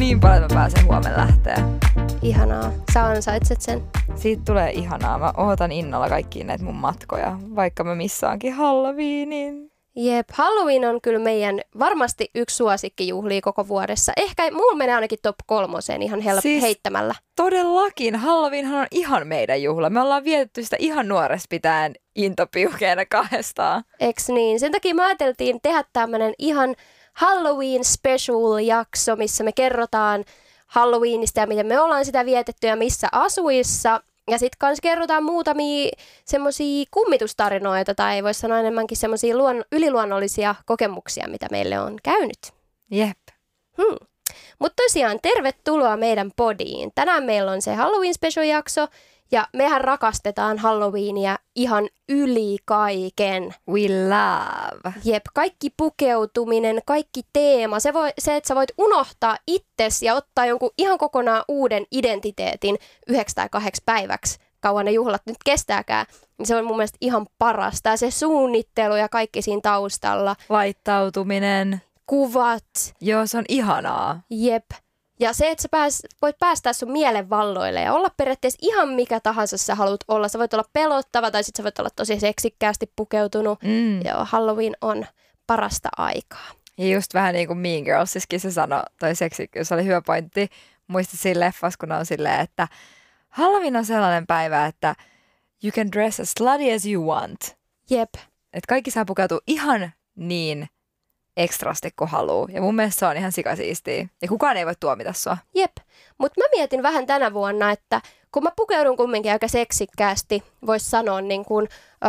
niin paljon, että mä pääsen huomenna lähteä. Ihanaa. Sä ansaitset sen. Siitä tulee ihanaa. Mä ootan innolla kaikkiin näitä mun matkoja, vaikka mä missaankin Halloweenin. Jep, Halloween on kyllä meidän varmasti yksi suosikkijuhlia koko vuodessa. Ehkä mulla menee ainakin top 3 ihan heittämällä. Todellakin. Halloweenhan on ihan meidän juhla. Me ollaan vietetty sitä ihan nuoresta pitäen intopiukeena kahdestaan. Eks niin? Sen takia me ajateltiin tehdä tämmönen ihan Halloween special-jakso, missä me kerrotaan Halloweenista ja miten me ollaan sitä vietetty ja missä asuissa. Ja sitten kans kerrotaan muutamia semmosia kummitustarinoita tai voisi sanoa enemmänkin semmosia yliluonnollisia kokemuksia, mitä meille on käynyt. Jep. Mutta tosiaan, tervetuloa meidän podiin. Tänään meillä on se Halloween special-jakso ja mehän rakastetaan Halloweenia ihan yli kaiken. We love. Jep, kaikki pukeutuminen, kaikki teema, se että sä voit unohtaa itsesi ja ottaa jonkun ihan kokonaan uuden identiteetin 9 tai 8 päiväksi, kauan ne juhlat nyt kestääkään, niin se on mun mielestä ihan parasta. Se suunnittelu ja kaikki siinä taustalla. Laittautuminen. Kuvat. Joo, se on ihanaa. Jep. Ja se, että sä voit päästää sun mielen valloille ja olla periaatteessa ihan mikä tahansa sä haluat olla. Sä voit olla pelottava tai sit sä voit olla tosi seksikkäästi pukeutunut. Joo, Halloween on parasta aikaa. Ja just vähän niin kuin Mean Girlsissakin se sanoi, toi seksikkyys oli hyvä pointti. Muistin siinä leffassa, kun on silleen, että Halloween on sellainen päivä, että you can dress as slutty as you want. Jep. Että kaikki saa pukeutua ihan niin ekstrasti kuin haluu. Ja mun mielestä se on ihan sikasiistiä. Ja kukaan ei voi tuomita sua. Jep. Mutta mä mietin vähän tänä vuonna, että kun mä pukeudun kumminkin aika seksikkäästi, voisi sanoa niin kuin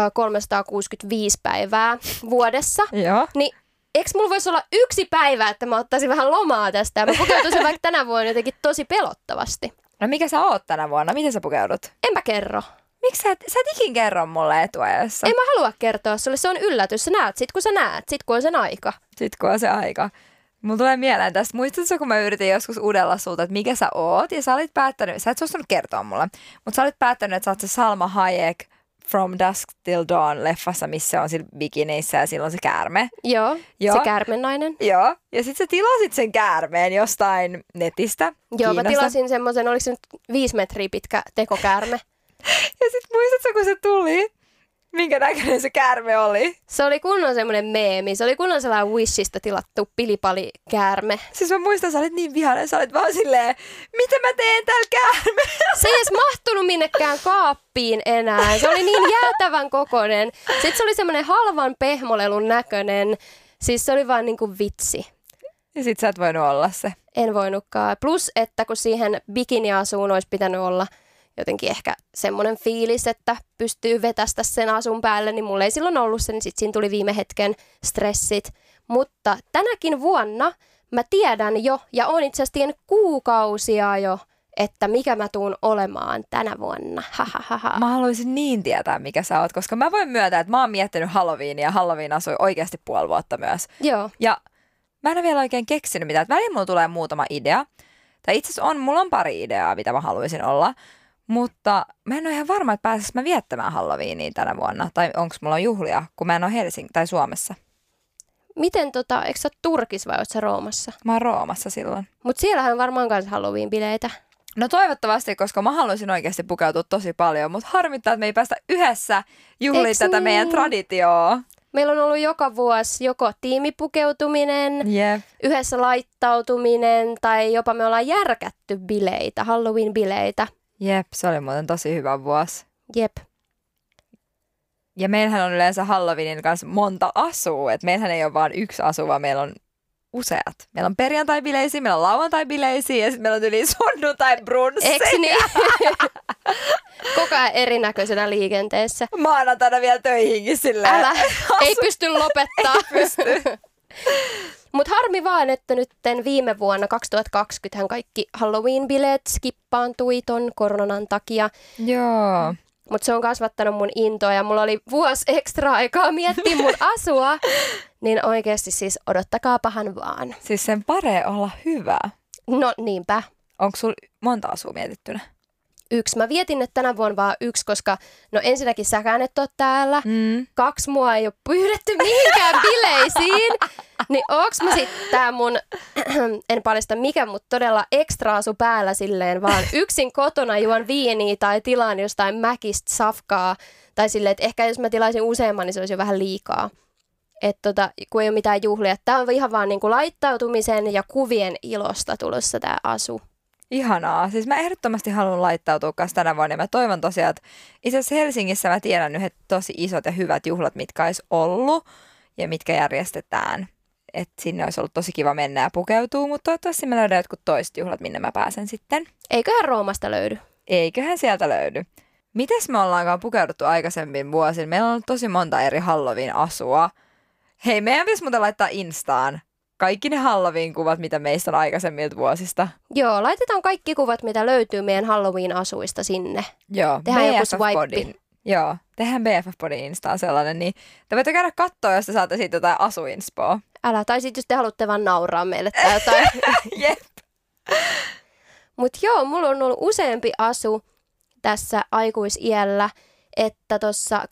365 päivää vuodessa, Joo. niin eikö mulla voisi olla yksi päivä, että mä ottaisin vähän lomaa tästä ja mä pukeutuisin vaikka tänä vuonna jotenkin tosi pelottavasti. No mikä sä oot tänä vuonna? Miten sä pukeudut? En mä kerro. Miksi sä et ikin kerro mulle etuajassa? En mä halua kertoa sulle, se on yllätys. Sä näet sit kun sä näet, sit kun on sen aika. Sitten kun on se aika. Mulla tulee mieleen tästä. Muistatko, kun mä yritin joskus udella sulta, että mikä sä oot? Ja sä olit päättänyt, sä et suostunut kertoa mulle, mutta sä olit päättänyt, että sä oot se Salma Hayek From Dusk Till Dawn leffassa, missä on sillä bikineissä ja silloin se käärme. Joo. Se käärmenainen. Joo, ja sit sä tilasit sen käärmeen jostain netistä. Joo, Kiinasta. mä tilasin semmoisen, oliko se nyt 5 metriä pitkä tekokäärme. Ja sit muistatko, kun se tuli? Minkä näköinen se käärme oli? Se oli kunnon semmoinen meemi. Se oli kunnon sellainen Wishista tilattu pilipalikäärme. Siis mä muistan, sä olit niin vihainen, sä olit vaan silleen, mitä mä teen täällä käärmeellä? Se ei edes mahtunut minnekään kaappiin enää. Se oli niin jäätävän kokoinen. Sitten se oli semmoinen halvan pehmolelun näköinen. Siis se oli vaan niinku vitsi. Ja sit sä et voinut olla se. En voinutkaan. Plus, että kun siihen bikiniasuun olisi pitänyt olla jotenkin ehkä semmoinen fiilis, että pystyy vetästä sen asun päälle, niin mulla ei silloin ollut se, niin sitten siinä tuli viime hetken stressit. Mutta tänäkin vuonna mä tiedän jo, ja on itse asiassa tiennyt kuukausia jo, että mikä mä tuun olemaan tänä vuonna. Mä haluaisin niin tietää, mikä sä oot, koska mä voin myöntää, että mä oon miettinyt Halloweenia ja Halloween asui oikeasti puoli vuotta myös. Joo. Ja mä en ole vielä oikein keksinyt mitään. Välillä mulla tulee muutama idea. Tai itse asiassa mulla on pari ideaa, mitä mä haluaisin olla. Mutta mä en ole ihan varma, että pääsisikö mä viettämään Halloweenia tänä vuonna. Tai onko mulla juhlia, kun mä en ole tai Suomessa. Miten eikö sä ole Turkissa vai oot sä Roomassa? Mä oon Roomassa silloin. Mut siellähän on varmaan myös Halloween-bileitä. No toivottavasti, koska mä haluaisin oikeasti pukeutua tosi paljon, mutta harmittaa, että me ei päästä yhdessä juhliin tätä meidän traditioa. Meillä on ollut joka vuosi joko tiimipukeutuminen, yhdessä laittautuminen tai jopa me ollaan järkätty bileitä, Halloween-bileitä. Jep, se oli muuten tosi hyvä vuosi. Jep. Ja meillähän on yleensä Halloweenin kanssa monta asua, että meillähän ei ole vain yksi asu, vaan meillä on useat. Meillä on perjantai-bileisiä, meillä on lauantai-bileisiä ja sitten meillä on yli sunnuntai-brunsseja. Eikö niin? Koko ajan erinäköisenä liikenteessä. Maanantaina vielä töihinkin silleen. Älä, ei pysty lopettaa. Ei pysty. Mutta harmi vaan, että nyt viime vuonna 2020 kaikki Halloween-bileet skippaantui ton koronan takia. Joo. Mutta se on kasvattanut mun intoa ja mulla oli vuosi ekstra aikaa miettiä mun asua. Niin oikeasti siis odottakaapahan vaan. Siis sen paree olla hyvä. No niinpä. Onko sulla monta asua mietittynä? 1. Mä vietin, että tänä vuonna vaan 1, koska no ensinnäkin säkään et ole täällä. 2, mua ei ole pyydetty mihinkään bileisiin. Niin ooks mä sitten tää mun, en paljasta mikä, mutta todella ekstra-asu päällä silleen, vaan yksin kotona juon viiniä tai tilaan jostain Mäkistä safkaa. Tai silleen, että ehkä jos mä tilaisin useamman, niin se olisi jo vähän liikaa. Että kun ei ole mitään juhlia. Tää on ihan vaan niinku laittautumisen ja kuvien ilosta tulossa tää asu. Ihanaa. Siis mä ehdottomasti haluan laittautua kanssa tänä vuonna. Ja mä toivon tosiaan, että itse asiassa Helsingissä mä tiedän yhdet tosi isot ja hyvät juhlat, mitkä olisi ollut ja mitkä järjestetään. Että sinne olisi ollut tosi kiva mennä ja pukeutua, mutta toivottavasti mä löydän jotkut toiset juhlat, minne mä pääsen sitten. Eiköhän Roomasta löydy. Eiköhän sieltä löydy. Mites me ollaankaan pukeuduttu aikaisemmin vuosina? Meillä on ollut tosi monta eri Halloween-asua. Hei, meidän pitäisi muuten laittaa Instaan kaikki ne Halloween-kuvat, mitä meistä on aikaisemmilta vuosista. Joo, laitetaan kaikki kuvat, mitä löytyy meidän Halloween-asuista sinne. Joo, tehdään joku swipe. Joo, tehdään BFF-podin Instaan sellainen, niin te voitte käydä katsoa, jos te saatte siitä jotain asuinspoa. Älä, tai sitten jos te haluatte vaan nauraa meille tai jotain. Jep. Mut joo, mulla on ollut useampi asu tässä aikuisiällä, että tuossa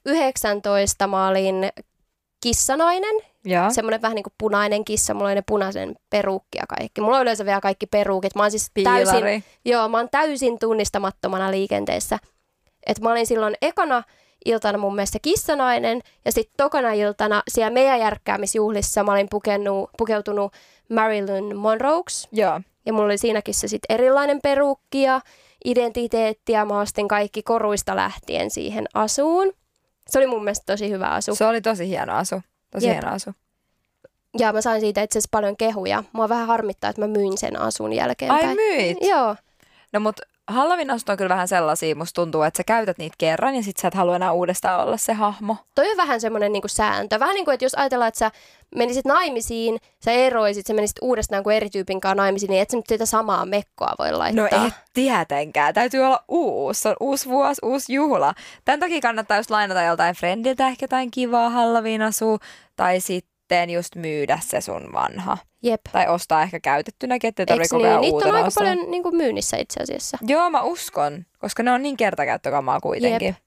2019 mä olin kissanainen. Semmoinen vähän niin kuin punainen kissa. Mulla oli ne punaisen peruukki ja kaikki. Mulla on yleensä vielä kaikki peruukit. Mä oon siis mä oon täysin tunnistamattomana liikenteessä. Et mä olin silloin ekana iltana mun mielestä kissanainen ja sitten tokana iltana siellä meidän järkkäämisjuhlissa mä olin pukeutunut Marilyn Monroeksi. Joo. Ja mulla oli siinäkin se sitten erilainen peruukki ja identiteetti ja mä ostin kaikki koruista lähtien siihen asuun. Se oli mun mielestä tosi hyvä asu. Se oli tosi hieno asu. Hieno asu. Ja mä sain siitä itse asiassa paljon kehuja. Mua vähän harmittaa, että mä myin sen asun jälkeenpäin. Ai myit? Joo. No mut Halloween-asut on kyllä vähän sellaisia, musta tuntuu, että sä käytät niitä kerran ja sit sä et halua enää uudestaan olla se hahmo. Toi on vähän semmoinen niinku sääntö. Vähän niin kuin, että jos ajatellaan, että sä menisit naimisiin, sä eroisit, sä menisit uudestaan kuin eri tyypin kanssa naimisiin, niin et sä nyt sitä samaa mekkoa voi laittaa. No ei tietenkään. Täytyy olla uusi. Se on uusi vuosi, uusi juhla. Tän takia kannattaa just lainata joltain friendiltä ehkä jotain kivaa Halloween-asua tai sitten just myydä se sun vanha. Jep. Tai ostaa ehkä käytettynäkin, ettei tarvitse koko ajan uutena uutena niitä on ostaa. aika paljon niin kuin myynnissä itse asiassa. Joo, mä uskon, koska ne on niin kertakäyttökamaa kuitenkin. Jep.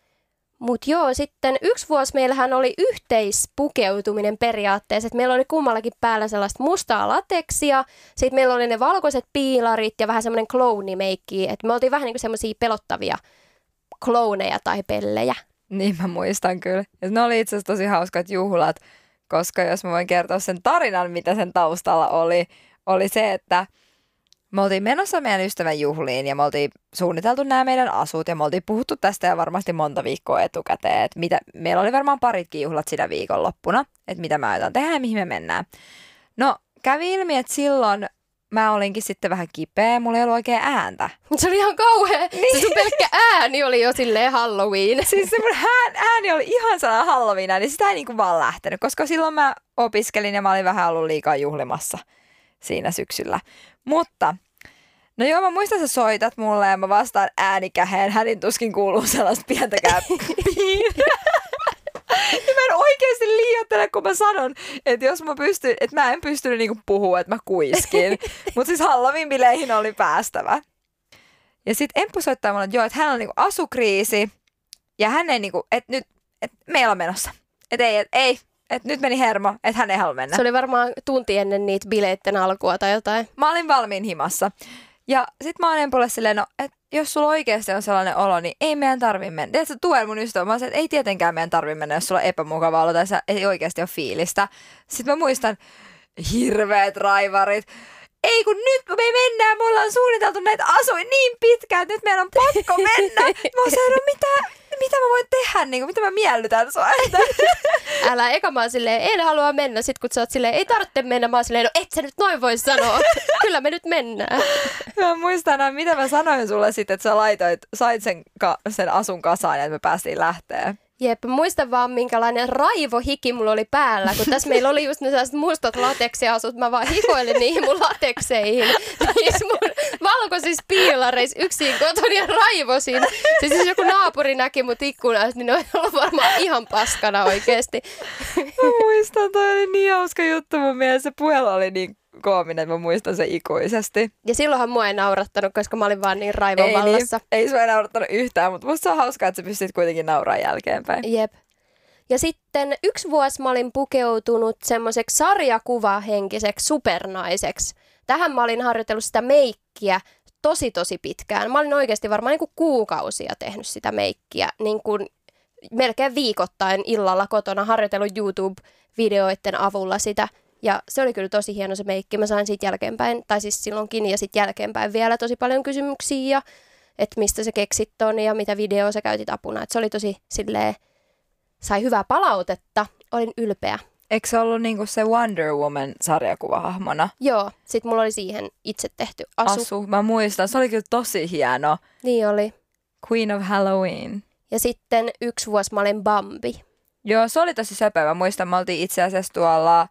Mut joo, sitten yksi vuosi meillähän oli yhteispukeutuminen periaatteessa, että meillä oli kummallakin päällä sellaista mustaa lateksia, sitten meillä oli ne valkoiset piilarit ja vähän semmoinen klounimeikki, että me oltiin vähän niin kuin semmoisia pelottavia klooneja tai pellejä. Niin mä muistan kyllä. Ja ne oli itse asiassa tosi hauskat juhlat, koska jos mä voin kertoa sen tarinan, mitä sen taustalla oli se, että me oltiin menossa meidän ystävän juhliin ja me oltiin suunniteltu nämä meidän asut ja me oltiin puhuttu tästä ja varmasti monta viikkoa etukäteen. Että meillä oli varmaan paritkin juhlat sitä viikonloppuna, että mitä me aiotaan tehdä ja mihin me mennään. No kävi ilmi, että silloin mä olinkin sitten vähän kipeä, mulla ei ollut oikein ääntä. Se oli ihan kauhea. Niin. Se sun pelkkä ääni oli jo silleen Halloween. Siis se mun ääni oli ihan sellainen Halloween, niin sitä ei niinku vaan lähtenyt, koska silloin mä opiskelin ja mä olin vähän ollut liikaa juhlimassa siinä syksyllä. Mutta, no joo, mä muistan, sä soitat mulle ja mä vastaan äänikäheen. Hänin tuskin kuuluu sellaista pientäkään piirää. Ja mä en oikeasti liioittele, kun mä sanon, että jos mä pystyn, että mä en pystynyt niinku puhua, että mä kuiskin. Mutta siis Halloween-bileihin oli päästävä. Ja sit Emppu soittaa mulle, että joo, että hän on niinku asukriisi. Ja hän ei niinku, että nyt, että meillä on menossa. Että ei, että nyt meni hermo, että hän ei halua mennä. Se oli varmaan tunti ennen niitä bileitten alkua tai jotain. Mä olin valmiin himassa. Ja sit mä oon Empulle silleen, no, että jos sulla oikeasti on sellainen olo, niin ei meidän tarvitse mennä. Tiedätkö, tuen mun ystävä. Mä oon että ei tietenkään meidän tarvitse mennä, jos sulla on epämukava olo tai ei oikeasti ole fiilistä. Sitten mä muistan hirveät raivarit. Ei kun nyt me mennään, me ollaan suunniteltu näitä asuja niin pitkään, että nyt meidän on pakko mennä. Mä oon sanonut, mitä mä voin tehdä, niin kuin, mitä mä miellytän sua. Älä, eka mä oon silleen, en halua mennä. Sit kun sä oot silleen, ei tarvitse mennä, mä oon silleen, no et sä nyt noin voi sanoa. Kyllä me nyt mennään. Mä muistan, mitä mä sanoin sulle sitten, että sä sait sen asun kasaan ja että me päästiin lähteä. Jep, muistan vaan minkälainen raivohiki mulla oli päällä, kun tässä meillä oli just ne sellaiset mustat lateksiasut, mä vaan hikoilin niihin mun latekseihin, niissä mun valkoisissa piilareissa yksin kotona ja raivosin. Siis joku naapuri näki mut ikkunasta, niin ne on ollut varmaan ihan paskana oikeesti. Mä muistan, toi oli niin hauska juttu mun mielestä, se puhelu oli niin koominen, mä muistan sen ikuisesti. Ja silloinhan mua ei naurattanut, koska mä olin vaan niin raivon vallassa. Ei sua ei naurattanut yhtään, mutta musta se on hauskaa, että sä pystyt kuitenkin nauraa jälkeenpäin. Jep. Ja sitten 1 vuosi mä olin pukeutunut semmoiseksi sarjakuvahenkiseksi supernaiseksi. Tähän mä olin harjoitellut sitä meikkiä tosi pitkään. Mä olin oikeasti varmaan niin kuin kuukausia tehnyt sitä meikkiä. Niin kuin melkein viikoittain illalla kotona harjoitellut YouTube-videoiden avulla sitä. Ja se oli kyllä tosi hieno se meikki. Mä sain siitä jälkeenpäin, tai siis silloinkin ja sitten jälkeenpäin vielä tosi paljon kysymyksiä. Ja että mistä sä keksit ton ja mitä videoa sä käytit apuna. Et se oli tosi silleen, sai hyvää palautetta. Olin ylpeä. Eikö se ollut niinku se Wonder Woman sarjakuvahahmona? Joo, sit mulla oli siihen itse tehty asu. Mä muistan, se oli kyllä tosi hieno. Niin oli. Queen of Halloween. Ja sitten 1 vuosi mä olin Bambi. Joo, se oli tosi söpö. Mä muistan, me oltiin itse asiassa tuolla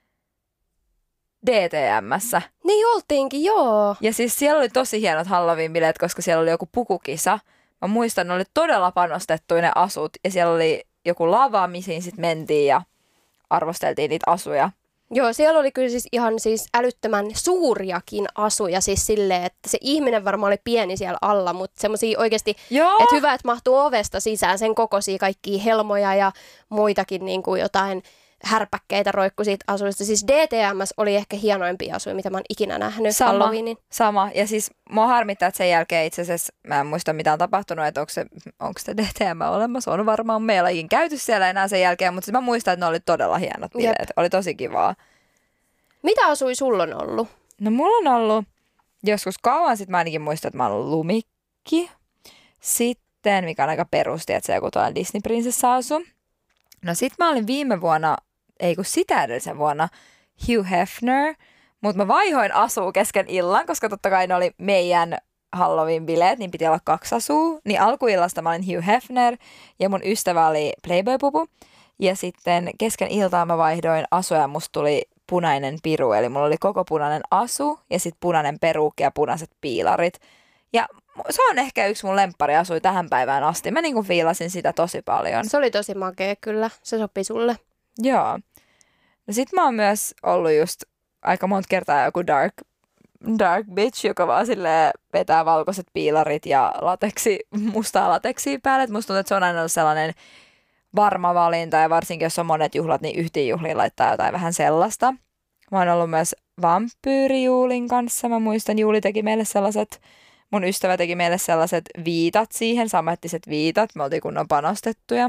DTM:ssä. Niin oltiinkin, joo. Ja siis siellä oli tosi hienot Halloween-bileet, koska siellä oli joku pukukisa. Mä muistan, ne oli todella panostettu ne asut. Ja siellä oli joku lava, mihin sitten mentiin ja arvosteltiin niitä asuja. Joo, siellä oli kyllä siis ihan siis älyttömän suuriakin asuja, siis silleen, että se ihminen varmaan oli pieni siellä alla, mutta semmoisia oikeasti, että hyvä, että mahtuu ovesta sisään, sen kokoisia kaikkia helmoja ja muitakin niin kuin jotain härpäkkeitä roikku siitä asuista. Siis DTM:ssä oli ehkä hienoimpia asuja, mitä mä oon ikinä nähnyt Halloweenin. Sama. Ja siis mua harmittaa, että sen jälkeen itse asiassa, mä en muista mitä on tapahtunut, että onko se DTM olemassa. On varmaan meilläkin käyty siellä enää sen jälkeen, mutta siis mä muistan, että ne oli todella hienot bileet. Jep. Oli tosi kivaa. Mitä asuja sulla on ollut? No mulla on ollut joskus kauan, sitten mä ainakin muistan, että mä oon ollut Lumikki. Sitten, mikä on aika perusti, että se joku tuolla Disney-prinsessa-asu. No sit mä olin viime vuonna, sitä edellisen vuonna, Hugh Hefner, mutta mä vaihoin asua kesken illan, koska totta kai ne oli meidän Halloween-bileet, niin piti olla 2 asua. Niin alkuillasta mä olin Hugh Hefner ja mun ystävä oli Playboy-pupu. Ja sitten kesken iltaa mä vaihdoin asua ja musta tuli punainen piru, eli mulla oli koko punainen asu ja sitten punainen peruukki ja punaiset piilarit. Ja se on ehkä yksi mun lemppariasui tähän päivään asti. Mä niinku fiilasin sitä tosi paljon. Se oli tosi makea kyllä, se sopi sulle. Joo. No sit mä oon myös ollut just aika monta kertaa joku dark bitch, joka vaan silleen vetää valkoiset piilarit ja mustaa lateksia päälle. Et musta tuntuu, että se on aina ollut sellainen varma valinta ja varsinkin jos on monet juhlat, niin yhteen juhliin laittaa jotain vähän sellaista. Mä oon ollut myös vampyyrijuulin kanssa. Mä muistan, Juuli teki meille sellaiset, mun ystävä teki meille sellaiset viitat siihen, samettiset viitat. Me oltiin kunnon panostettuja.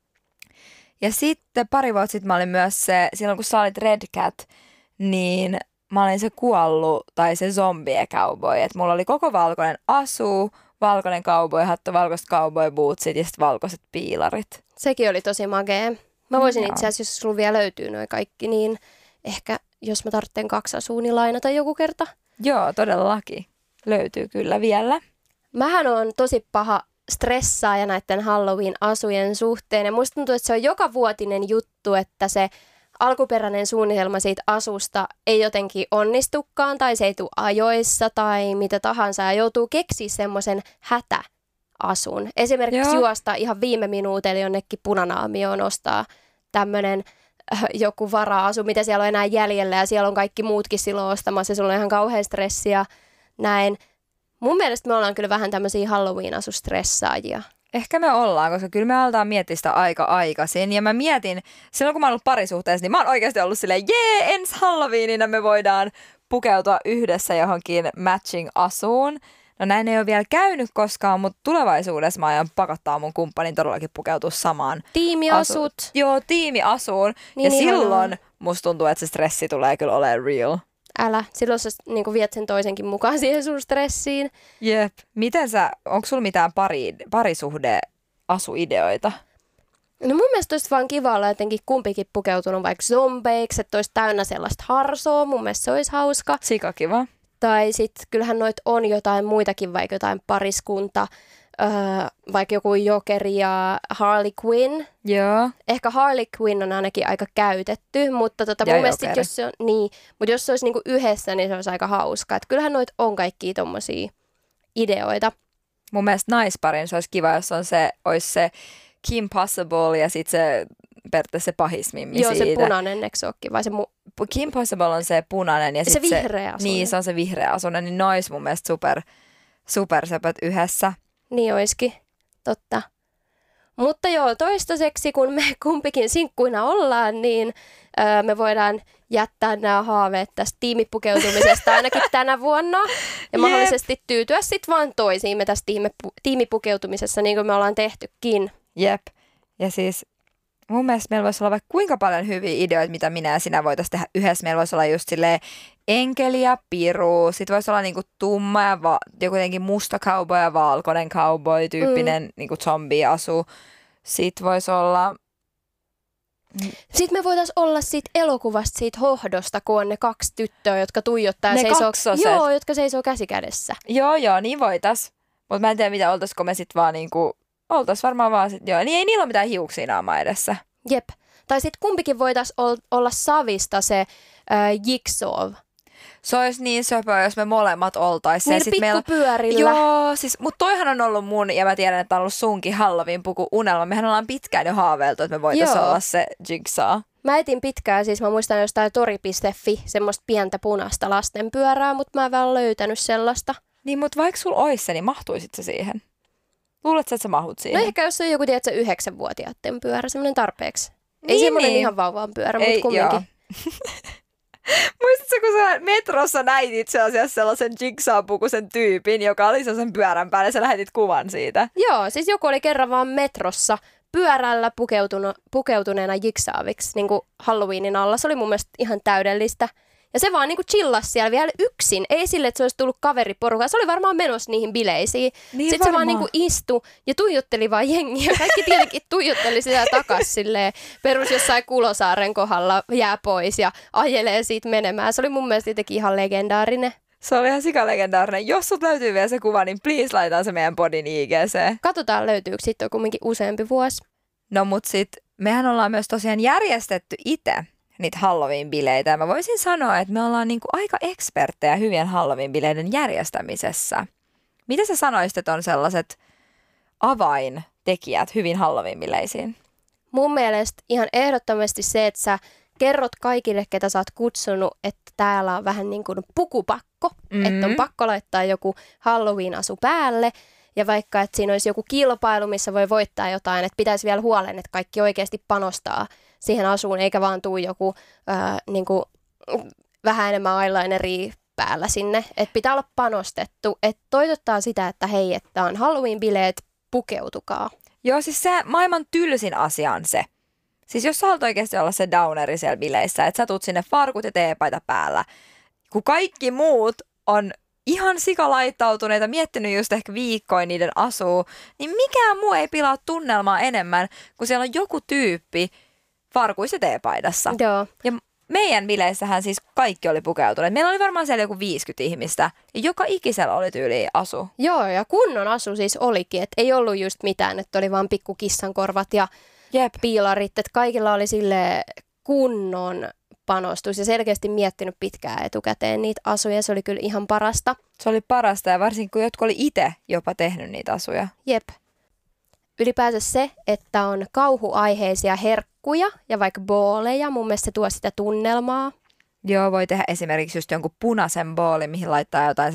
Ja sitten pari vuotta sitten mä olin myös silloin kun sä olit Red Cat, niin mä olin se kuollut tai se zombie cowboy. Et mulla oli koko valkoinen asu, valkoinen cowboy-hattu, valkoiset cowboy-bootsit ja sitten valkoiset piilarit. Sekin oli tosi magea. Mä voisin itse asiassa, jos sulla vielä löytyy noi kaikki, niin ehkä jos mä tarvitsen 2 asua, niin lainata joku kerta. Joo, todellakin. Löytyy kyllä vielä. Mähän on tosi paha stressaaja näiden Halloween-asujen suhteen. Ja musta tuntuu, että se on joka vuotinen juttu, että se alkuperäinen suunnitelma siitä asusta ei jotenkin onnistukaan tai se ei tule ajoissa tai mitä tahansa ja joutuu keksiä semmoisen hätäasun. Esimerkiksi juosta ihan viime minuutilla jonnekin Punanaamioon ostaa tämmöinen joku vara-asu, mitä siellä on enää jäljellä ja siellä on kaikki muutkin silloin ostamassa ja sulla on ihan kauhean stressi ja näin. Mun mielestä me ollaan kyllä vähän tämmöisiä Halloween-asustressaajia. Ehkä me ollaan, koska kyllä me aletaan miettiä sitä aika aikaisin. Ja mä mietin, silloin kun mä oon ollut parisuhteessa, niin mä oon oikeasti ollut silleen, ensi Halloweenina me voidaan pukeutua yhdessä johonkin matching-asuun. No näin ei ole vielä käynyt koskaan, mutta tulevaisuudessa mä aion pakottaa mun kumppanin todellakin pukeutua samaan. Tiimiasut. Joo, tiimiasuun. Niin, ja silloin musta tuntuu, että se stressi tulee kyllä olemaan real. Älä. Silloin sä niin viet sen toisenkin mukaan siihen sun stressiin. Jep. Onko sulla mitään parisuhde-asuideoita? No mun mielestä olisi vaan kiva olla jotenkin kumpikin pukeutunut vaikka zombeiksi, että olisi täynnä sellaista harsoa. Mun mielestä se olisi hauska. Sika kiva. Tai sitten kyllähän noit on jotain muitakin, vaikka jotain pariskunta, vaikka joku Jokeri ja Harley Quinn. Joo. Ehkä Harley Quinn on ainakin aika käytetty, mutta mun mielestä jos se on, mutta jos se olisi niinku yhdessä, niin se olisi aika hauska. Et kyllähän noit on kaikkia tommosia ideoita. Mun mielestä naisparin se olisi kiva, jos olisi se Kim Possible ja sitten se periaatteessa se pahismimmi Joo, siitä. se punainen, eikö se olekin? Vai se Kim Possible on se punainen ja se sitten vihreä asunen. Niin, se on se vihreä asunen, niin nois mun mielestä super söpöt yhdessä. Niin oiskin, totta. Mutta joo, toistaiseksi kun me kumpikin sinkkuina ollaan, niin me voidaan jättää nämä haaveet tästä tiimipukeutumisesta ainakin tänä vuonna. Ja mahdollisesti tyytyä sitten vaan toisiimme tässä tiimipukeutumisessa, niin kuin me ollaan tehtykin. Jep. Ja siis mun mielestä meillä voisi olla vaikka kuinka paljon hyviä ideoita, mitä minä ja sinä voitaisiin tehdä yhdessä. Meillä voisi olla just silleen enkeli ja piru. Sitten voisi olla niinku tumma ja joku jotenkin musta cowboy ja valkoinen cowboy tyyppinen niinku zombi-asu. Sitten voisi olla... Sitten me voitaisiin olla siitä elokuvasta, siitä hohdosta, kun on ne 2 tyttöä, jotka tuijottaa ja kaksoset. jotka seisoo käsi kädessä. Joo, niin voitais. Mutta mä en tiedä, mitä oltaisiko me sitten vaan niinku... Oltais varmaan vaan sit, joo. Niin ei niillä ole mitään hiuksia naama edessä. Jep. Tai sitten kumpikin voitaisiin olla savista se Jigsaw. Se olisi niin söpöä, jos me molemmat oltaisiin. Niillä pikkupyörillä. Joo, siis, mutta toihan on ollut mun, ja mä tiedän, että on ollut sunkin Halloween-puku unelma. Mehän ollaan pitkään jo haaveiltu, että me voitaisiin olla se Jigsaw. Mä etin pitkään, siis mä muistan jostain tori.fi, semmoista pientä punaista lastenpyörää, mutta mä en vaan löytänyt sellaista. Niin, mutta vaikka sulla olisi se, niin mahtuisit se siihen? Luuletko, että sä mahut siihen? No ehkä jos on joku, tiedätkö, 9-vuotiaiden pyörä, semmoinen tarpeeksi. Ei semmoinen ihan vauvan pyörä, mutta kumminkin. Muistatko, kun sä metrossa näit itse asiassa sellaisen Jigsaw-pukuisen tyypin, joka oli sellaisen pyörän päällä, ja sä lähetit kuvan siitä? Joo, siis joku oli kerran vaan metrossa pyörällä pukeutuneena Jigsawiksi niin kuin Halloweenin alla. Se oli mun mielestä ihan täydellistä. Ja se vaan niinku chillasi siellä vielä yksin. Ei sille, että se olisi tullut kaveriporukkaan. Se oli varmaan menossa niihin bileisiin. Niin sitten se vaan niinku istui ja tuijotteli vaan jengiä. Kaikki tietenkin tuijotteli sitä takas silleen. Perus jossain Kulosaaren kohdalla jää pois ja ajelee siitä menemään. Se oli mun mielestä jotenkin ihan legendaarinen. Se oli ihan sikalegendaarinen. Jos sut löytyy vielä se kuva, niin please laitetaan se meidän podin IGC. Katsotaan löytyykö sitten kumminkin useampi vuosi. No mut sit mehän ollaan myös tosiaan järjestetty itse niitä Halloween-bileitä. Ja mä voisin sanoa, että me ollaan niinku aika eksperttejä hyvien Halloween-bileiden järjestämisessä. Mitä sä sanoisit, että on sellaiset avaintekijät hyvin Halloween-bileisiin? Mun mielestä ihan ehdottomasti se, että sä kerrot kaikille, ketä sä oot kutsunut, että täällä on vähän niin kuin pukupakko, että on pakko laittaa joku Halloween-asu päälle. Ja vaikka, että siinä olisi joku kilpailu, missä voi voittaa jotain, että pitäisi vielä huolen, että kaikki oikeasti panostaa siihen asuun, eikä vaan tuu joku niin kuin, vähän enemmän eyelineria päällä sinne. Että pitää olla panostettu, että toitottaa sitä, että hei, että on Halloween-bileet, pukeutukaa. Joo, siis se maailman tylsin asia on se. Siis jos sä haluat oikeasti olla se downeri siellä bileissä, että sä tuut sinne farkut ja teepaita päällä, kun kaikki muut on ihan sikalaittautuneita, miettinyt just ehkä viikkoin niiden asuu, niin mikään muu ei pilaa tunnelmaa enemmän, kun siellä on joku tyyppi farkuissa teepaidassa. Joo. Ja meidän bileissähän siis kaikki oli pukeutuneet. Meillä oli varmaan siellä joku 50 ihmistä, ja joka ikisellä oli tyyli asu. Joo, ja kunnon asu siis olikin, että ei ollut just mitään, että oli vaan pikku kissankorvat ja piilarit, että kaikilla oli sille kunnon panostus ja selkeästi miettinyt pitkään etukäteen niitä asuja. Se oli kyllä ihan parasta. Se oli parasta ja varsinkin kun jotkut oli itse jopa tehnyt niitä asuja. Jep. Ylipäänsä se, että on kauhuaiheisia herkkuja ja vaikka booleja, mun mielestä se tuo sitä tunnelmaa. Joo, voi tehdä esimerkiksi just jonkun punaisen boolin, mihin laittaa jotain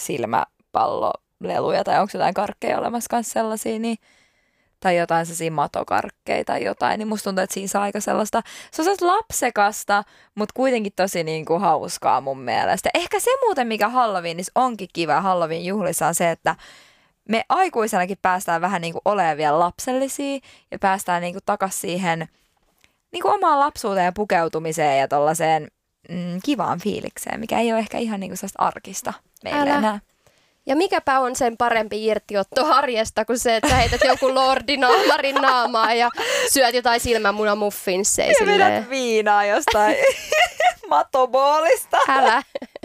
silmäpalloleluja tai onko jotain karkkeja olemassa kanssa sellaisia, niin tai jotain sellaisia matokarkkeja tai jotain, niin musta tuntuu, että siinä saa aika sellaista, se on sellaista lapsekasta, mutta kuitenkin tosi niin kuin hauskaa mun mielestä. Ehkä se muuten, mikä Halloweenissa onkin kiva Halloween-juhlissa on se, että me aikuisenakin päästään vähän niin kuin olemaan vielä lapsellisia ja päästään niin kuin takaisin siihen niin kuin omaan lapsuuteen ja pukeutumiseen ja tollaiseen kivaan fiilikseen, mikä ei ole ehkä ihan niin kuin sellaista arkista meille enää. Ja mikäpä on sen parempi irtiotto arjesta kuin se, että sä heität joku lordinaamarin naamaa ja syöt jotain silmämunamuffinsseja. Ja vedät viinaa jostain matoboolista. Älä.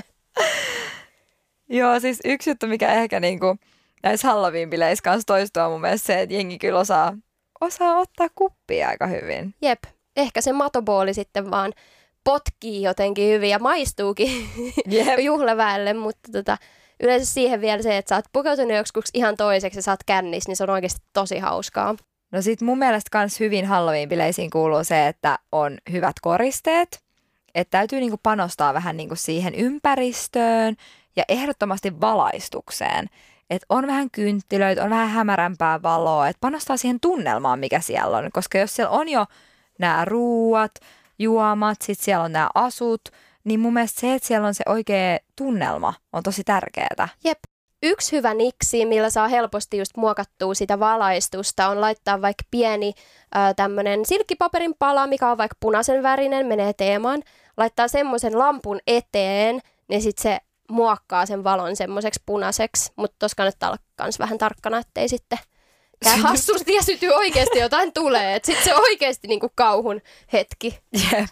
Joo, siis yksi juttu, mikä ehkä niinku näissä Halloween-bileissä kanssa toistuu mun mielestä se, että jengi kyllä osaa ottaa kuppia aika hyvin. Jep, ehkä se matobooli sitten vaan potkii jotenkin hyvin ja maistuukin juhlaväelle, mutta yleensä siihen vielä se, että sä oot pukeutunut joksikin ihan toiseksi ja sä oot kännissä, niin se on oikeasti tosi hauskaa. No sit mun mielestä kans hyvin Halloween-bileisiin kuuluu se, että on hyvät koristeet. Että täytyy niinku panostaa vähän niinku siihen ympäristöön ja ehdottomasti valaistukseen. Että on vähän kynttilöitä, on vähän hämärämpää valoa, että panostaa siihen tunnelmaan, mikä siellä on. Koska jos siellä on jo nämä ruuat, juomat, sitten siellä on nämä asut, niin mun mielestä se, että siellä on se oikea tunnelma, on tosi tärkeää. Jep. Yksi hyvä niksi, millä saa helposti just muokattua sitä valaistusta, on laittaa vaikka pieni tämmöinen silkkipaperin pala, mikä on vaikka punaisen värinen, menee teemaan. Laittaa semmoisen lampun eteen, niin sitten se muokkaa sen valon semmoiseksi punaiseksi. Mutta tossa kannattaa olla myös vähän tarkkana, ettei sitten käy hassusti ja syty oikeasti jotain tulee. Sitten se oikeasti niinku kauhun hetki. Jep.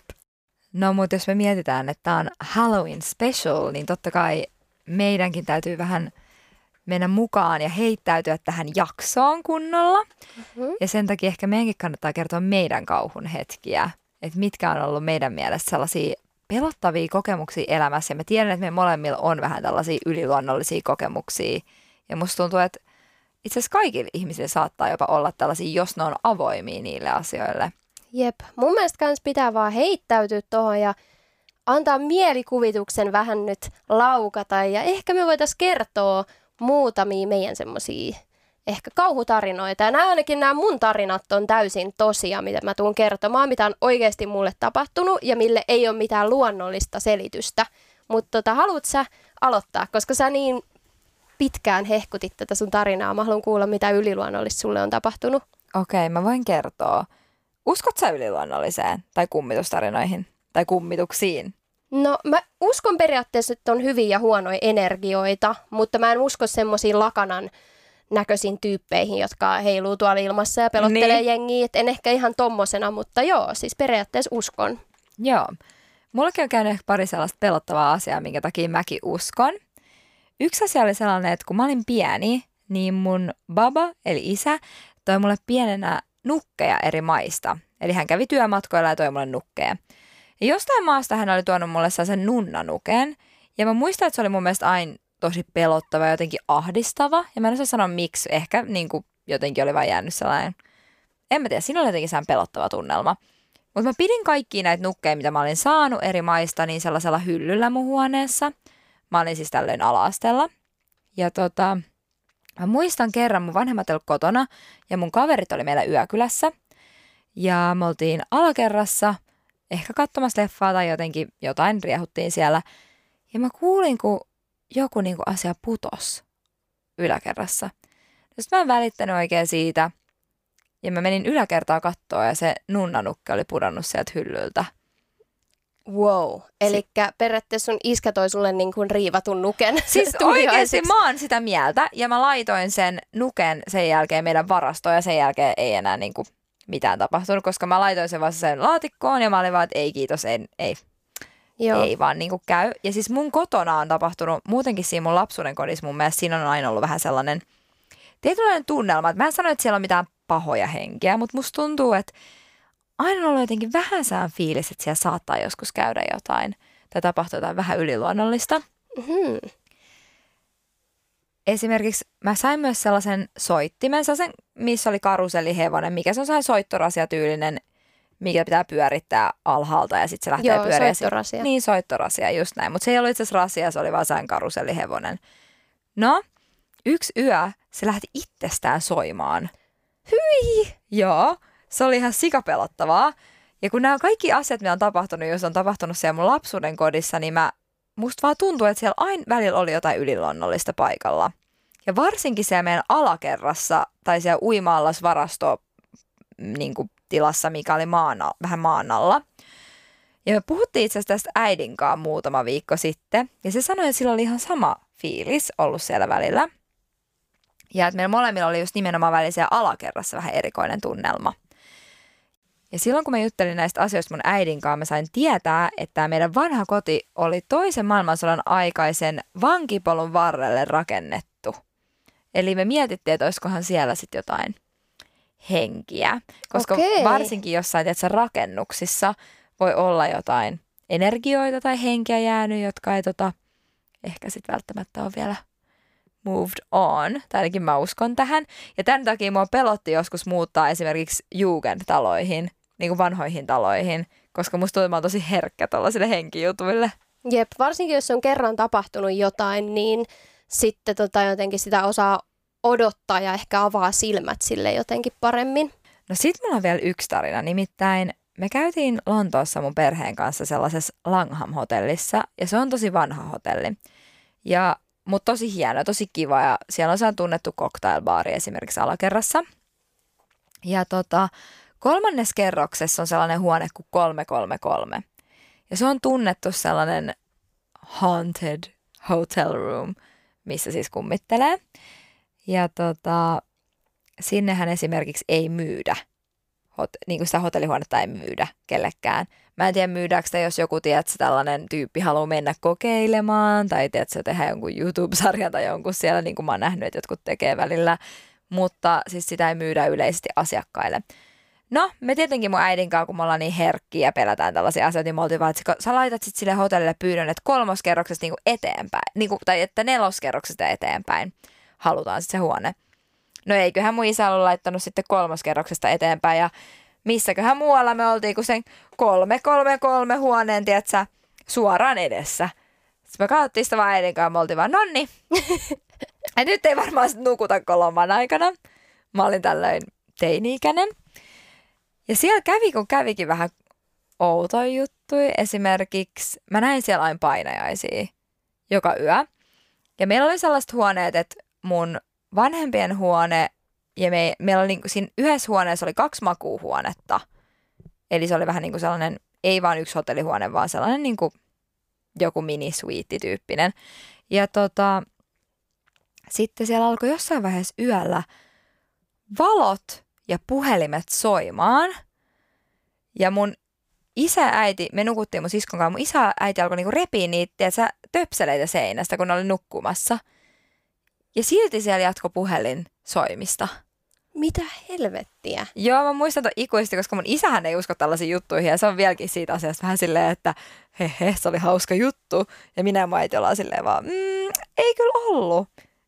No mutta jos me mietitään, että tämä on Halloween special, niin totta kai meidänkin täytyy vähän mennä mukaan ja heittäytyä tähän jaksoon kunnolla. Mm-hmm. Ja sen takia ehkä meidänkin kannattaa kertoa meidän kauhun hetkiä. Että mitkä on ollut meidän mielestä sellaisia pelottavia kokemuksia elämässä. Ja mä tiedän, että me molemmilla on vähän tällaisia yliluonnollisia kokemuksia. Ja musta tuntuu, että itse asiassa kaikilla ihmisillä saattaa jopa olla tällaisia, jos ne on avoimia niille asioille. Jep. Mun mielestä kans pitää vaan heittäytyä tuohon ja antaa mielikuvituksen vähän nyt laukata. Ja ehkä me voitaisiin kertoa muutamia meidän semmosia ehkä kauhutarinoita. Ja nämä mun tarinat on täysin tosia, mitä mä tuun kertomaan, mitä on oikeasti mulle tapahtunut ja mille ei ole mitään luonnollista selitystä. Mutta haluat sä aloittaa, koska sä niin pitkään hehkutit tätä sun tarinaa. Mä haluan kuulla, mitä yliluonnollista sulle on tapahtunut. Okei, mä voin kertoa. Uskot sä yliluonnolliseen tai kummitustarinoihin tai kummituksiin? No mä uskon periaatteessa, että on hyviä ja huonoja energioita, mutta mä en usko semmoisiin lakanan näköisiin tyyppeihin, jotka heiluu tuolla ilmassa ja pelottelee jengiä. Et en ehkä ihan tommosena, mutta joo, siis periaatteessa uskon. Joo. Mullakin on käynyt ehkä pari sellaista pelottavaa asiaa, minkä takia mäkin uskon. Yksi asia oli sellainen, että kun mä olin pieni, niin mun baba, eli isä, toi mulle pienenä nukkeja eri maista. Eli hän kävi työmatkoilla ja toi mulle nukkeja. Ja jostain maasta hän oli tuonut mulle sellaisen nunnanuken. Ja mä muistan, että se oli mun mielestä aina tosi pelottava ja jotenkin ahdistava. Ja mä en osaa sanoa miksi. Ehkä niin kuin jotenkin oli vaan jäänyt sellainen, en mä tiedä, siinä oli jotenkin sellainen pelottava tunnelma. Mutta mä pidin kaikkia näitä nukkeja, mitä mä olin saanut eri maista, niin sellaisella hyllyllä mun huoneessa. Mä olin siis tällöin ala-asteella. Ja mä muistan kerran mun vanhemmat oli kotona ja mun kaverit oli meillä yökylässä. Ja me oltiin alakerrassa, ehkä katsomassa leffaa tai jotain riehuttiin siellä. Ja mä kuulin, kun joku niinku asia putos yläkerrassa. Sitten mä en välittänyt oikein siitä. Ja mä menin yläkertaa kattoon ja se nunnanukke oli pudonnut sieltä hyllyltä. Wow. Elikkä periaatteessa sun iskä toi sulle niin kuin riivatun nuken. Siis oikeasti mä oon sitä mieltä ja mä laitoin sen nuken sen jälkeen meidän varastoon ja sen jälkeen ei enää niin kuin mitään tapahtunut, koska mä laitoin sen vasta sen laatikkoon ja mä olin vaan, että ei kiitos, ei vaan niin kuin käy. Ja siis mun kotona on tapahtunut, muutenkin siinä mun lapsuuden kodissa mun mielestä siinä on aina ollut vähän sellainen tietynlainen tunnelma, että mä en sano, että siellä on mitään pahoja henkiä, mutta musta tuntuu, että aina on ollut jotenkin vähän sään fiilis, että siellä saattaa joskus käydä jotain tai tapahtua jotain vähän yliluonnollista. Mm-hmm. Esimerkiksi mä sain myös sellaisen soittimen, missä oli karusellihevonen, mikä se on sellainen soittorasiatyylinen, mikä pitää pyörittää alhaalta ja sitten se lähtee pyöriä. Joo, soittorasia. Niin, soittorasia, just näin. Mutta se ei ollut itse asiassa rasia, se oli vaan sellainen karusellihevonen. No, yksi yö se lähti itsestään soimaan. Hyi! Joo, se oli ihan sikapelottavaa. Ja kun nämä kaikki asiat, mitä on tapahtunut, jos on tapahtunut siellä mun lapsuuden kodissa, niin musta vaan tuntuu, että siellä aina välillä oli jotain yliluonnollista paikalla. Ja varsinkin siellä meidän alakerrassa tai siellä uima-allasvarasto niin kuin tilassa, mikä oli vähän maan alla. Ja me puhuttiin itse asiassa tästä äidin kanssa muutama viikko sitten. Ja se sanoi, että sillä oli ihan sama fiilis ollut siellä välillä. Ja että meillä molemmilla oli just nimenomaan välillä siellä alakerrassa vähän erikoinen tunnelma. Ja silloin kun mä juttelin näistä asioista mun äidin kanssa, mä sain tietää, että tämä meidän vanha koti oli toisen maailmansodan aikaisen vankipolun varrelle rakennettu. Eli me mietittiin, että olisikohan siellä sitten jotain henkiä. Koska varsinkin jossain rakennuksissa voi olla jotain energioita tai henkiä jäänyt, jotka ei ehkä sitten välttämättä ole vielä moved on, tai ainakin mä uskon tähän. Ja tämän takia mua pelotti joskus muuttaa esimerkiksi Jugendtaloihin, niin kuin vanhoihin taloihin, koska musta tuntuu, että mä oon tosi herkkä tuollaisille henkijutuille. Jep, varsinkin jos on kerran tapahtunut jotain, niin sitten jotenkin sitä osaa odottaa ja ehkä avaa silmät sille jotenkin paremmin. No sit mulla on vielä yksi tarina, nimittäin me käytiin Lontoossa mun perheen kanssa sellaisessa Langham-hotellissa, ja se on tosi vanha hotelli. Mutta tosi hieno, tosi kiva, ja siellä on sellainen tunnettu cocktailbaari esimerkiksi alakerrassa. Ja 3. kerroksessa on sellainen huone kuin 333. Ja se on tunnettu sellainen haunted hotel room, missä siis kummittelee. Ja sinnehän esimerkiksi ei myydä, niin kuin sitä hotellihuonetta ei myydä kellekään. Mä en tiedä myydääkö sitä, jos joku tällainen tyyppi haluaa mennä kokeilemaan, tai tiedätkö, tehdä jonkun YouTube-sarjan tai jonkun siellä, niin kuin mä oon nähnyt, että jotkut tekee välillä. Mutta siis sitä ei myydä yleisesti asiakkaille. No, me tietenkin mun äidin kanssa, kun me ollaan niin herkkiä ja pelätään tällaisia asioita, niin me oltiin vaan, että sä laitat sitten sille hotellille pyydön, että 3. kerroksesta niin kuin eteenpäin, tai että 4. kerroksesta eteenpäin halutaan sitten se huone. No eiköhän mun isä ollut laittanut sitten 3. kerroksesta eteenpäin, ja missäköhän muualla me oltiin kuin sen 333 huoneen, tiedätkö, suoraan edessä. Sitten me katsottiin sitä vaan äidin kanssa, me oltiin vaan, nonni. Ja nyt ei varmaan sitten nukuta loman aikana. Mä olin tällöin teini-ikäinen. Ja siellä kävikin vähän outoja juttuja. Esimerkiksi mä näin siellä aina painajaisia joka yö. Ja meillä oli sellaiset huoneet, että mun vanhempien huone ja meillä oli siinä yhdessä huoneessa oli 2 makuuhuonetta. Eli se oli vähän niin kuin sellainen, ei vaan yksi hotellihuone, vaan sellainen niin kuin joku mini-suiitti-tyyppinen. Ja sitten siellä alkoi jossain vaiheessa yöllä valot ja puhelimet soimaan. Ja mun isä ja äiti, me nukuttiin mun siskon kanssa, mun isä ja äiti alkoi niinku repiä niitä töpseleitä seinästä, kun ne oli nukkumassa. Ja silti siellä jatkoi puhelin soimista. Mitä helvettiä? Joo, mä muistan ton ikuisesti, koska mun isähän ei usko tällaisiin juttuihin, ja se on vieläkin siitä asiasta vähän silleen, että se oli hauska juttu. Ja minä ja mun äiti ollaan silleen vaan, ei kyllä ollut.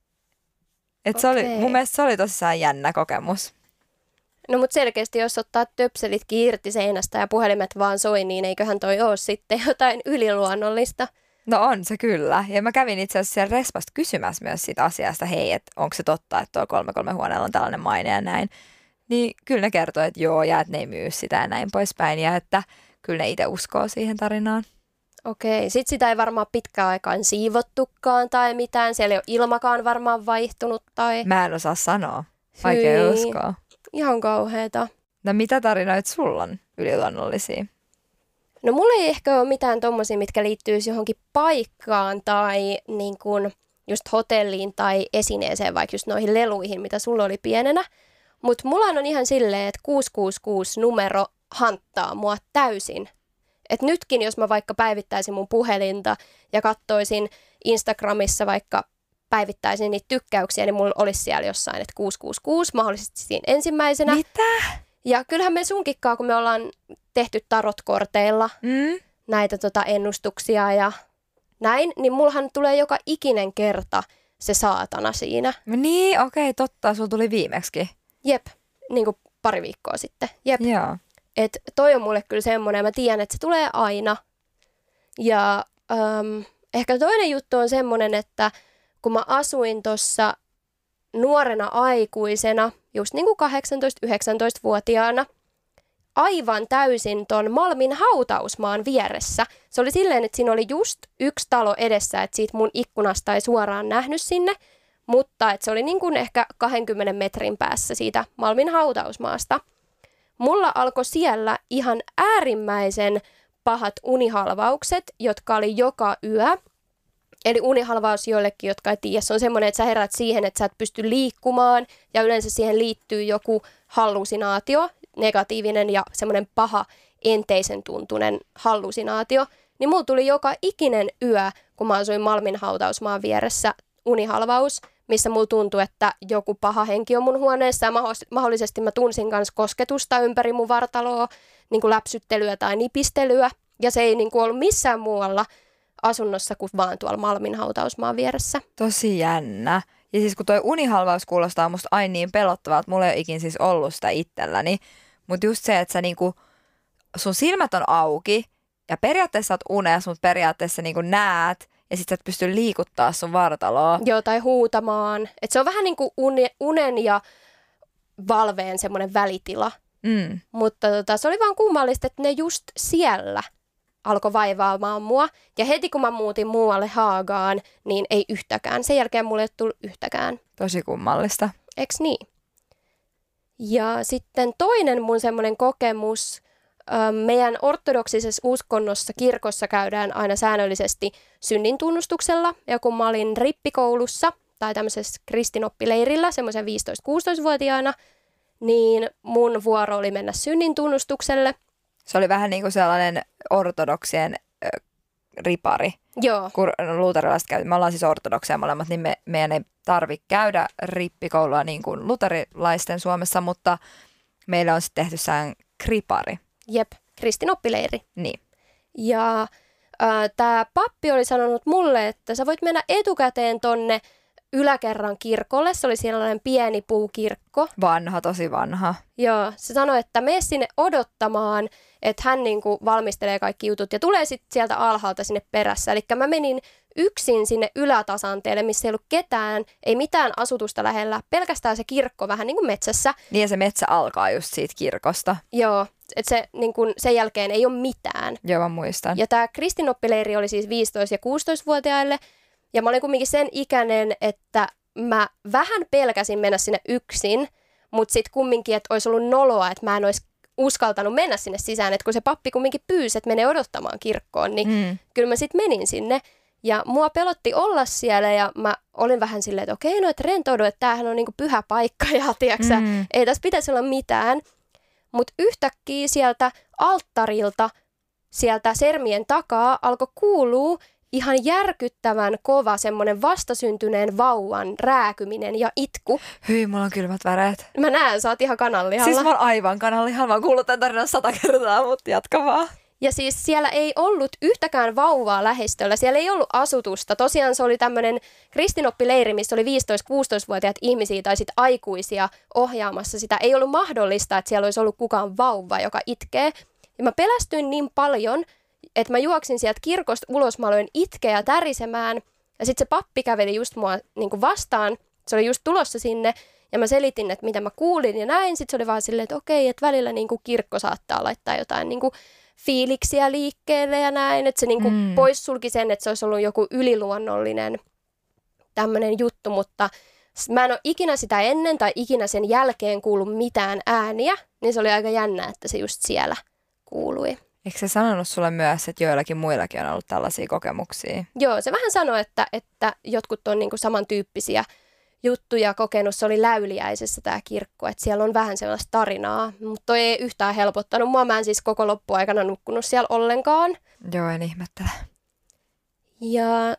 Et se oli, mun mielestä se oli tosissaan jännä kokemus. No mutta selkeästi, jos ottaa töpselitkin irti seinästä ja puhelimet vaan soi, niin eiköhän toi ole sitten jotain yliluonnollista. No on se kyllä. Ja mä kävin itse asiassa siellä Respasta kysymässä myös siitä asiasta, hei, että onko se totta, että tuo 33 huoneella on tällainen maine ja näin. Niin kyllä ne kertoi, että joo, ja että ne ei myy sitä ja näin poispäin. Ja että kyllä ne itse uskoo siihen tarinaan. Okei, sit sitä ei varmaan pitkään aikaan siivottukaan tai mitään. Siellä ei ole ilmakaan varmaan vaihtunut tai... Mä en osaa sanoa. Vaikea uskoa. Ihan kauheeta. No mitä tarinoita sulla on yliluonnollisia? No mulla ei ehkä ole mitään tommosia, mitkä liittyisi johonkin paikkaan tai niin kun just hotelliin tai esineeseen, vaikka just noihin leluihin, mitä sulla oli pienenä. Mutta mulla on ihan silleen, että 666 numero hanttaa mua täysin. Et nytkin, jos mä vaikka päivittäisin mun puhelinta ja katsoisin Instagramissa vaikka päivittäisin niitä tykkäyksiä, niin mulla olisi siellä jossain, että 666 mahdollisesti siinä ensimmäisenä. Mitä? Ja kyllähän me sunkikkaa, kun me ollaan tehty tarotkorteilla näitä ennustuksia ja näin, niin mullahan tulee joka ikinen kerta se saatana siinä. Niin, okei, totta, sulla tuli viimeksi. Jep, niin kuin pari viikkoa sitten. Jep. Joo. Et toi on mulle kyllä semmoinen, mä tiedän, että se tulee aina. Ja ehkä toinen juttu on semmoinen, että kun mä asuin tuossa nuorena aikuisena, just niin kuin 18-19-vuotiaana, aivan täysin ton Malmin hautausmaan vieressä. Se oli silleen, että siinä oli just yksi talo edessä, että siitä mun ikkunasta ei suoraan nähnyt sinne, mutta että se oli niin kuin ehkä 20 metrin päässä siitä Malmin hautausmaasta. Mulla alkoi siellä ihan äärimmäisen pahat unihalvaukset, jotka oli joka yö. Eli unihalvaus joillekin, jotka ei tiedä, se on semmoinen, että sä herät siihen, että sä et pysty liikkumaan ja yleensä siihen liittyy joku hallusinaatio, negatiivinen ja semmoinen paha enteisen tuntunen hallusinaatio. Niin mulla tuli joka ikinen yö, kun mä asuin Malmin hautausmaan vieressä, unihalvaus, missä mulla tuntui, että joku paha henki on mun huoneessa ja mahdollisesti mä tunsin myös kosketusta ympäri mun vartaloa, niin kuin läpsyttelyä tai nipistelyä. Ja se ei niin kuin ollut missään muualla asunnossa kuin vaan tuolla Malmin hautausmaan vieressä. Tosi jännä. Ja siis kun toi unihalvaus kuulostaa musta aina niin pelottavalta, mulla ei ole ikin siis ollut sitä itselläni. Mutta just se, että sä niinku, sun silmät on auki ja periaatteessa sä oot unessa, mutta periaatteessa niinku näet ja sit sä et pysty liikuttaa sun vartaloa. Joo, tai huutamaan. Et se on vähän niin kuin unen ja valveen semmoinen välitila. Mutta se oli vaan kummallista, että ne just siellä alkoi vaivaamaan mua. Ja heti kun mä muutin muualle Haagaan, niin ei yhtäkään. Sen jälkeen mulle ei tullut yhtäkään. Tosi kummallista. Eks niin? Ja sitten toinen mun semmoinen kokemus, meidän ortodoksisessa uskonnossa kirkossa käydään aina säännöllisesti synnintunnustuksella. Ja kun mä olin rippikoulussa tai tämmöisessä kristinoppileirillä semmoisen 15-16-vuotiaana, niin mun vuoro oli mennä synnintunnustukselle. Se oli vähän niin kuin sellainen ortodoksien ripari. Joo. Kun luterilaiset käytiin, me ollaan siis ortodokseja molemmat, niin meidän ei tarvitse käydä rippikoulua niin kuin luterilaisten Suomessa, mutta meillä on sitten tehty sään kripari. Jep, kristinoppileiri. Niin. Ja tämä pappi oli sanonut mulle, että sä voit mennä etukäteen tonne yläkerran kirkolle. Se oli sellainen pieni puukirkko. Vanha, tosi vanha. Joo, se sanoi, että mene sinne odottamaan, että hän niinku valmistelee kaikki jutut ja tulee sitten sieltä alhaalta sinne perässä. Eli mä menin yksin sinne ylätasanteelle, missä ei ollut ketään, ei mitään asutusta lähellä, pelkästään se kirkko vähän niin kuin metsässä. Niin ja se metsä alkaa just siitä kirkosta. Joo, että se, niin kun sen jälkeen ei ole mitään. Joo, mä muistan. Ja tämä kristinoppileiri oli siis 15- ja 16-vuotiaille. Ja mä olin kumminkin sen ikäinen, että mä vähän pelkäsin mennä sinne yksin, mutta sitten kumminkin, että olisi ollut noloa, että mä en olisi uskaltanut mennä sinne sisään. Että kun se pappi kumminkin pyysi, että menee odottamaan kirkkoon, niin kyllä mä sitten menin sinne. Ja mua pelotti olla siellä ja mä olin vähän silleen, että okei, no että rentoudu, että tämähän on niinku pyhä paikka ja tiiäksä, ei tässä pitäisi olla mitään. Mutta yhtäkkiä sieltä alttarilta, sieltä sermien takaa alkoi kuulua ihan järkyttävän kova semmoinen vastasyntyneen vauvan rääkyminen ja itku. Hyi, mulla on kylmät väreet. Mä näen, sä oot ihan kananlihalla. Siis mä oon aivan kananlihalla. Mä oon kuullut tämän tarinan 100 kertaa, mutta jatka vaan. Ja siis siellä ei ollut yhtäkään vauvaa lähistöllä, siellä ei ollut asutusta. Tosiaan se oli tämmöinen kristinoppileiri, missä oli 15-16-vuotiaat ihmisiä tai sitten aikuisia ohjaamassa sitä. Ei ollut mahdollista, että siellä olisi ollut kukaan vauva, joka itkee. Ja mä pelästyin niin paljon, että mä juoksin sieltä kirkosta ulos, mä aloin itkeä ja tärisemään. Ja sitten se pappi käveli just mua niin kuin vastaan, se oli just tulossa sinne. Ja mä selitin, että mitä mä kuulin ja näin. Sitten se oli vaan silleen, että okei, että välillä niin kuin kirkko saattaa laittaa jotain niin kuin fiiliksiä liikkeelle ja näin. Että se niin kuin poissulki sen, että se olisi ollut joku yliluonnollinen tämmöinen juttu. Mutta mä en ole ikinä sitä ennen tai ikinä sen jälkeen kuullut mitään ääniä. Niin se oli aika jännä, että se just siellä kuului. Eikö se sanonut sulle myös, että joillakin muillakin on ollut tällaisia kokemuksia? Joo, se vähän sanoi, että jotkut on niinku samantyyppisiä juttuja kokenut. Se oli Läyliäisessä tämä kirkko, että siellä on vähän sellaista tarinaa, mutta toi ei yhtään helpottanut. Mä en siis koko loppuaikana nukkunut siellä ollenkaan. Joo, en ihmettele. Ja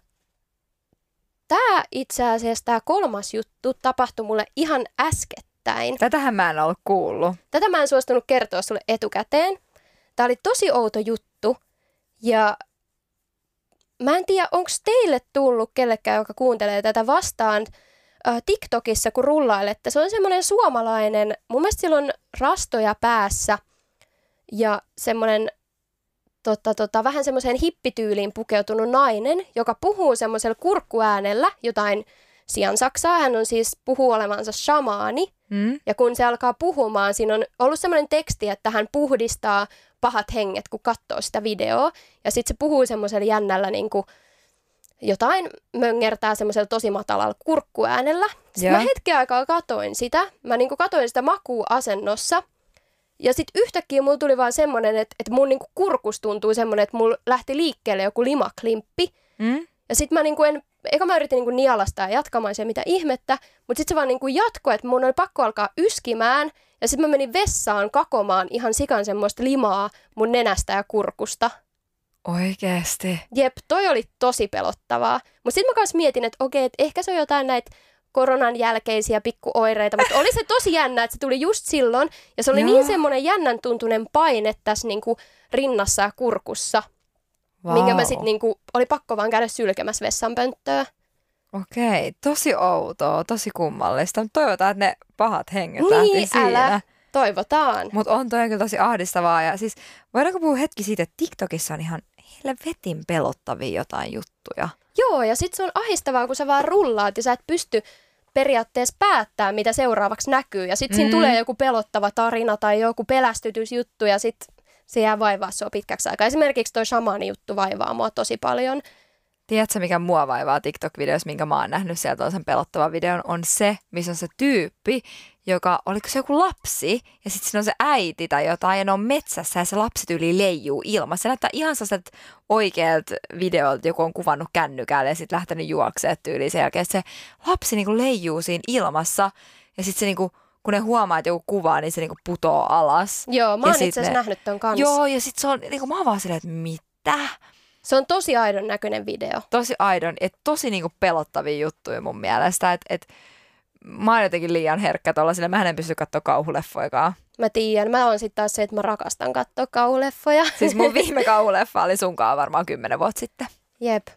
tämä itse asiassa, tämä kolmas juttu tapahtui mulle ihan äskettäin. Tätähän mä en ollut kuullut. Tätä mä en suostunut kertoa sulle etukäteen. Tämä oli tosi outo juttu ja mä en tiedä, onko teille tullut kellekään, joka kuuntelee tätä vastaan TikTokissa, kun rullailette. Se on semmoinen suomalainen, mun mielestä sillä on rastoja päässä ja semmoinen vähän semmoiseen hippityyliin pukeutunut nainen, joka puhuu semmoisella kurkkuäänellä jotain siansaksaa. Hän on siis puhuu olevansa shamaani. Ja kun se alkaa puhumaan, siinä on ollut semmoinen teksti, että hän puhdistaa pahat henget, kun katsoo sitä videoa. Ja sitten se puhuu semmoisella jännällä niin kuin jotain möngertää semmoisella tosi matalalla kurkkuäänellä. Sitten mä hetken aikaa katoin sitä. Mä niin kuin katoin sitä makuuasennossa. Ja sitten yhtäkkiä mulla tuli vaan semmoinen, että mun niin kuin kurkus tuntuu semmoinen, että mulla lähti liikkeelle joku limaklimppi. Ja sitten mä niin kuin mä yritin niin nialasta ja jatkamaan se mitä ihmettä, mutta sitten se vaan niin jatkoi, että mun oli pakko alkaa yskimään. Ja sitten mä menin vessaan kakomaan ihan sikan semmoista limaa mun nenästä ja kurkusta. Oikeesti? Jep, toi oli tosi pelottavaa. Mutta sitten mä kanssa mietin, että okei, että ehkä se on jotain näitä koronan jälkeisiä pikkuoireita, mutta oli se tosi jännä, että se tuli just silloin. Ja se oli niin semmoinen jännän tuntunen paine tässä niinku rinnassa ja kurkussa. Minkä mä sitten niinku, oli pakko vaan käydä sylkemässä vessanpönttöä. Okei, tosi outoa, tosi kummallista. Mutta toivotaan, että ne pahat henget lähti Niin, siinä. älä. Toivotaan. Mutta on toi kyllä tosi ahdistavaa. Ja siis voidaanko puhua hetki siitä, että TikTokissa on ihan helvetin pelottavia jotain juttuja. Joo, ja sit se on ahdistavaa, kun sä vaan rullaat ja sä et pysty periaatteessa päättää, mitä seuraavaksi näkyy. Ja sit siinä tulee joku pelottava tarina tai joku pelästytysjuttu ja sit se jää vaivaa sua pitkäksi aikaa. Esimerkiksi toi shamaani-juttu vaivaa mua tosi paljon. Tiedätkö, mikä mua vaivaa TikTok-videossa, minkä mä oon nähnyt sieltä toisen pelottavan videon, on se, missä on se tyyppi, joka, oliko se joku lapsi, ja sitten siinä on se äiti tai jotain, ja ne on metsässä, ja se lapsi tyyli leijuu ilmassa. Se näyttää ihan sellaiset oikealta videolta, joku on kuvannut kännykälle, ja sitten lähtenyt juoksemaan tyyliin sen jälkeen. Se lapsi niinku leijuu siinä ilmassa, ja sitten se niinku, kun ne huomaa, että joku kuvaa, niin se niinku putoo alas. Joo, mä oon itse asiassa nähnyt ton kanssa. Joo, ja sitten se on, niinku mä oon vaan silleen, että mitä? Se on tosi aidon näköinen video. Tosi aidon, että tosi niinku pelottavia juttuja mun mielestä, että mä oon jotenkin liian herkkä tollasille, mä en pysty katsoa kauhuleffoikaan. Mä tiedän, mä oon sitten taas se, että mä rakastan katsoa kauhuleffoja. Siis mun viime kauhuleffa oli sunkaan varmaan 10 vuotta sitten. Jep.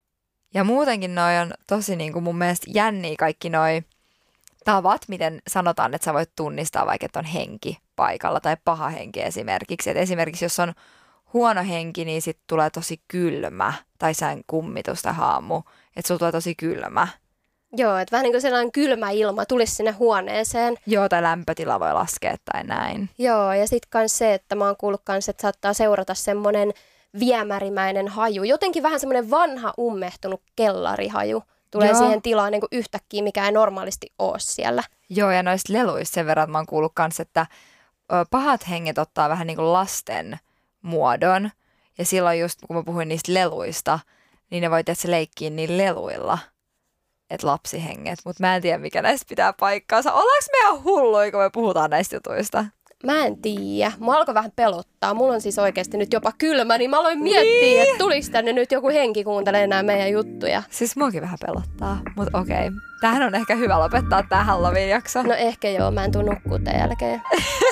Ja muutenkin noi on tosi niinku mun mielestä jänniä kaikki noi tavat, miten sanotaan, että sä voit tunnistaa vaikka, että on henki paikalla tai paha henki esimerkiksi. Et esimerkiksi jos on huono henki, niin sit tulee tosi kylmä tai sään kummitus tai haamu, että sulla tulee tosi kylmä. Joo, että vähän niin kuin sellainen kylmä ilma tulisi sinne huoneeseen. Joo, tai lämpötila voi laskea tai näin. Joo, ja sitten kans se, että mä oon kuullut kans, että saattaa seurata semmoinen viemärimäinen haju. Jotenkin vähän semmoinen vanha ummehtunut kellarihaju tulee siihen tilaan niin kuin yhtäkkiä, mikä ei normaalisti ole siellä. Joo, ja noista leluista sen verran, että mä oon kuullut kans, että pahat henget ottaa vähän niin kuin lasten muodon. Ja silloin just, kun mä puhuin niistä leluista, niin ne voi tietysti leikkiä niillä leluilla, että lapsihenget. Mutta mä en tiedä, mikä näistä pitää paikkaansa. Ollaanko me ihan hulluja, kun me puhutaan näistä jutuista? Mä en tiedä. Mua alkoi vähän pelottaa. Mulla on siis oikeasti nyt jopa kylmä, niin mä aloin miettiä, että tulis tänne nyt joku henki kuuntelemaan nämä meidän juttuja. Siis muakin vähän pelottaa, mutta okei. Tämähän on ehkä hyvä lopettaa tää Halloween-jakso. No ehkä joo, mä en tuu nukkua tämän jälkeen.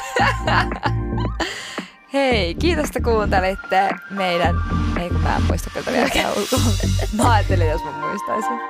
Hei, kiitos, että kuuntelitte meidän... Ei kun mä en muista kyllä vieläkään ulkoa. Mä ajattelin, jos mä muistaisin.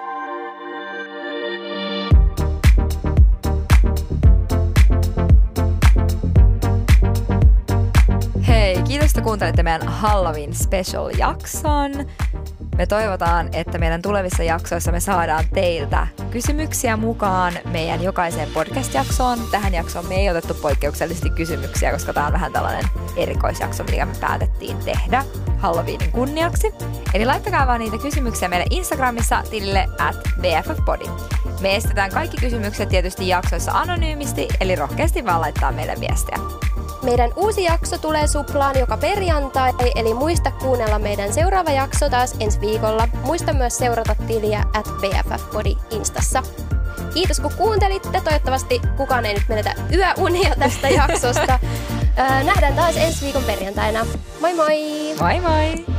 Hei, kiitos, että kuuntelitte meidän Halloween Special-jakson. Me toivotaan, että meidän tulevissa jaksoissa me saadaan teiltä kysymyksiä mukaan meidän jokaiseen podcast-jaksoon. Tähän jaksoon me ei otettu poikkeuksellisesti kysymyksiä, koska tämä on vähän tällainen erikoisjakso, mikä me päätettiin tehdä Halloweenin kunniaksi. Eli laittakaa vaan niitä kysymyksiä meille Instagramissa tilille @bffpodi. Me estetään kaikki kysymykset tietysti jaksoissa anonyymisti, eli rohkeasti vaan laittaa meille viestiä. Meidän uusi jakso tulee Suplaan joka perjantai, eli muista kuunnella meidän seuraava jakso taas ensi viikolla. Muista myös seurata tiliä @bffpodi Instassa. Kiitos kun kuuntelitte. Toivottavasti kukaan ei nyt menetä yöunia tästä jaksosta. Nähdään taas ensi viikon perjantaina. Moi moi! Moi moi!